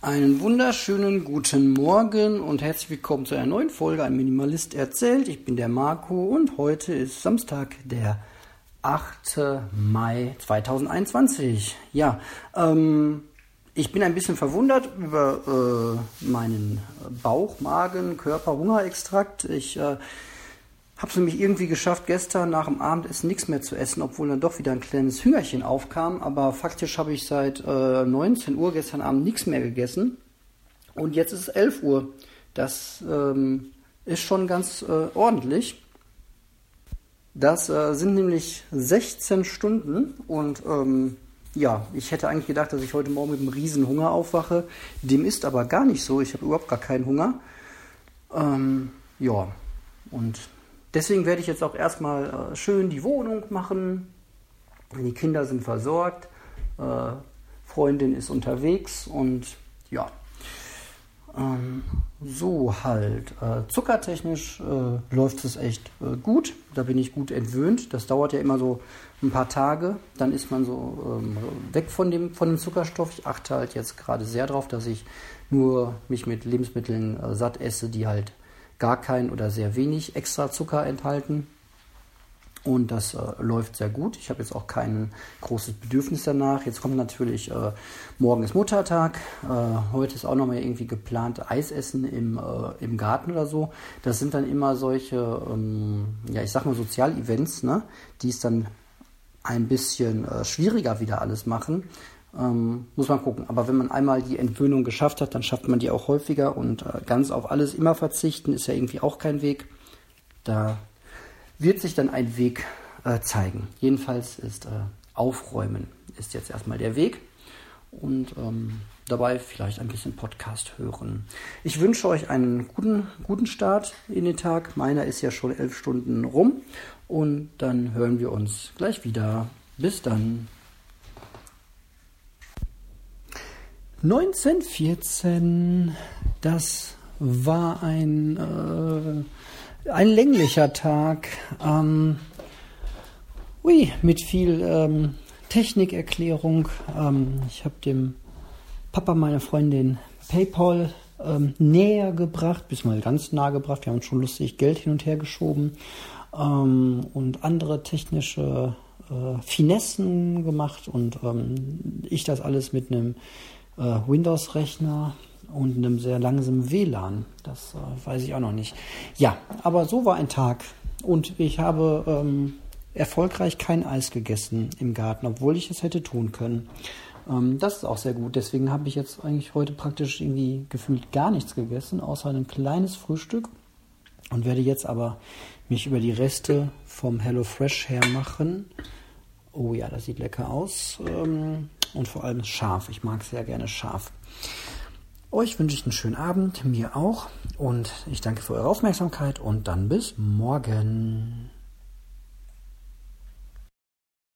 Einen wunderschönen guten Morgen und herzlich willkommen zu einer neuen Folge Ein Minimalist erzählt. Ich bin der Marco und heute ist Samstag, der 8. Mai 2021. Ja, ich bin ein bisschen verwundert über meinen Bauch-, Magen-, Körper-Hungerextrakt. Ich habe es nämlich irgendwie geschafft, gestern nach dem Abendessen nichts mehr zu essen, obwohl dann doch wieder ein kleines Hüngerchen aufkam. Aber faktisch habe ich seit 19 Uhr gestern Abend nichts mehr gegessen. Und jetzt ist es 11 Uhr. Das ist schon ganz ordentlich. Das sind nämlich 16 Stunden. Und ja, ich hätte eigentlich gedacht, dass ich heute Morgen mit einem riesen Hunger aufwache. Dem ist aber gar nicht so. Ich habe überhaupt gar keinen Hunger. Ja, und deswegen werde ich jetzt auch erstmal schön die Wohnung machen. Die Kinder sind versorgt, Freundin ist unterwegs und ja, so halt. Zuckertechnisch läuft es echt gut, da bin ich gut entwöhnt. Das dauert ja immer so ein paar Tage, dann ist man so weg von dem Zuckerstoff. Ich achte halt jetzt gerade sehr darauf, dass ich nur mich mit Lebensmitteln satt esse, die halt gar kein oder sehr wenig extra Zucker enthalten. Und das läuft sehr gut. Ich habe jetzt auch kein großes Bedürfnis danach. Jetzt kommt natürlich, morgen ist Muttertag. Heute ist auch nochmal irgendwie geplant Eisessen im Garten oder so. Das sind dann immer solche, ja, ich sag mal Sozialevents, ne, die es dann ein bisschen schwieriger wieder alles machen. Muss man gucken. Aber wenn man einmal die Entwöhnung geschafft hat, dann schafft man die auch häufiger. Und ganz auf alles immer verzichten ist ja irgendwie auch kein Weg. Da wird sich dann ein Weg zeigen. Jedenfalls ist Aufräumen ist jetzt erstmal der Weg. Und dabei vielleicht ein bisschen Podcast hören. Ich wünsche euch einen guten Start in den Tag. Meiner ist ja schon 11 Stunden rum. Und dann hören wir uns gleich wieder. Bis dann. 1914, das war ein länglicher Tag, mit viel Technikerklärung. Ich habe dem Papa meiner Freundin PayPal näher gebracht, bis mal ganz nah gebracht. Wir haben schon lustig Geld hin und her geschoben und andere technische Finessen gemacht und ich das alles mit einem Windows-Rechner und einem sehr langsamen WLAN. Das weiß ich auch noch nicht. Ja, aber so war ein Tag. Und ich habe erfolgreich kein Eis gegessen im Garten, obwohl ich es hätte tun können. Das ist auch sehr gut. Deswegen habe ich jetzt eigentlich heute praktisch irgendwie gefühlt gar nichts gegessen, außer ein kleines Frühstück. Und werde jetzt aber mich über die Reste vom HelloFresh hermachen. Oh ja, das sieht lecker aus. Und vor allem scharf. Ich mag sehr gerne scharf. Euch wünsche ich einen schönen Abend, mir auch. Und ich danke für eure Aufmerksamkeit und dann bis morgen.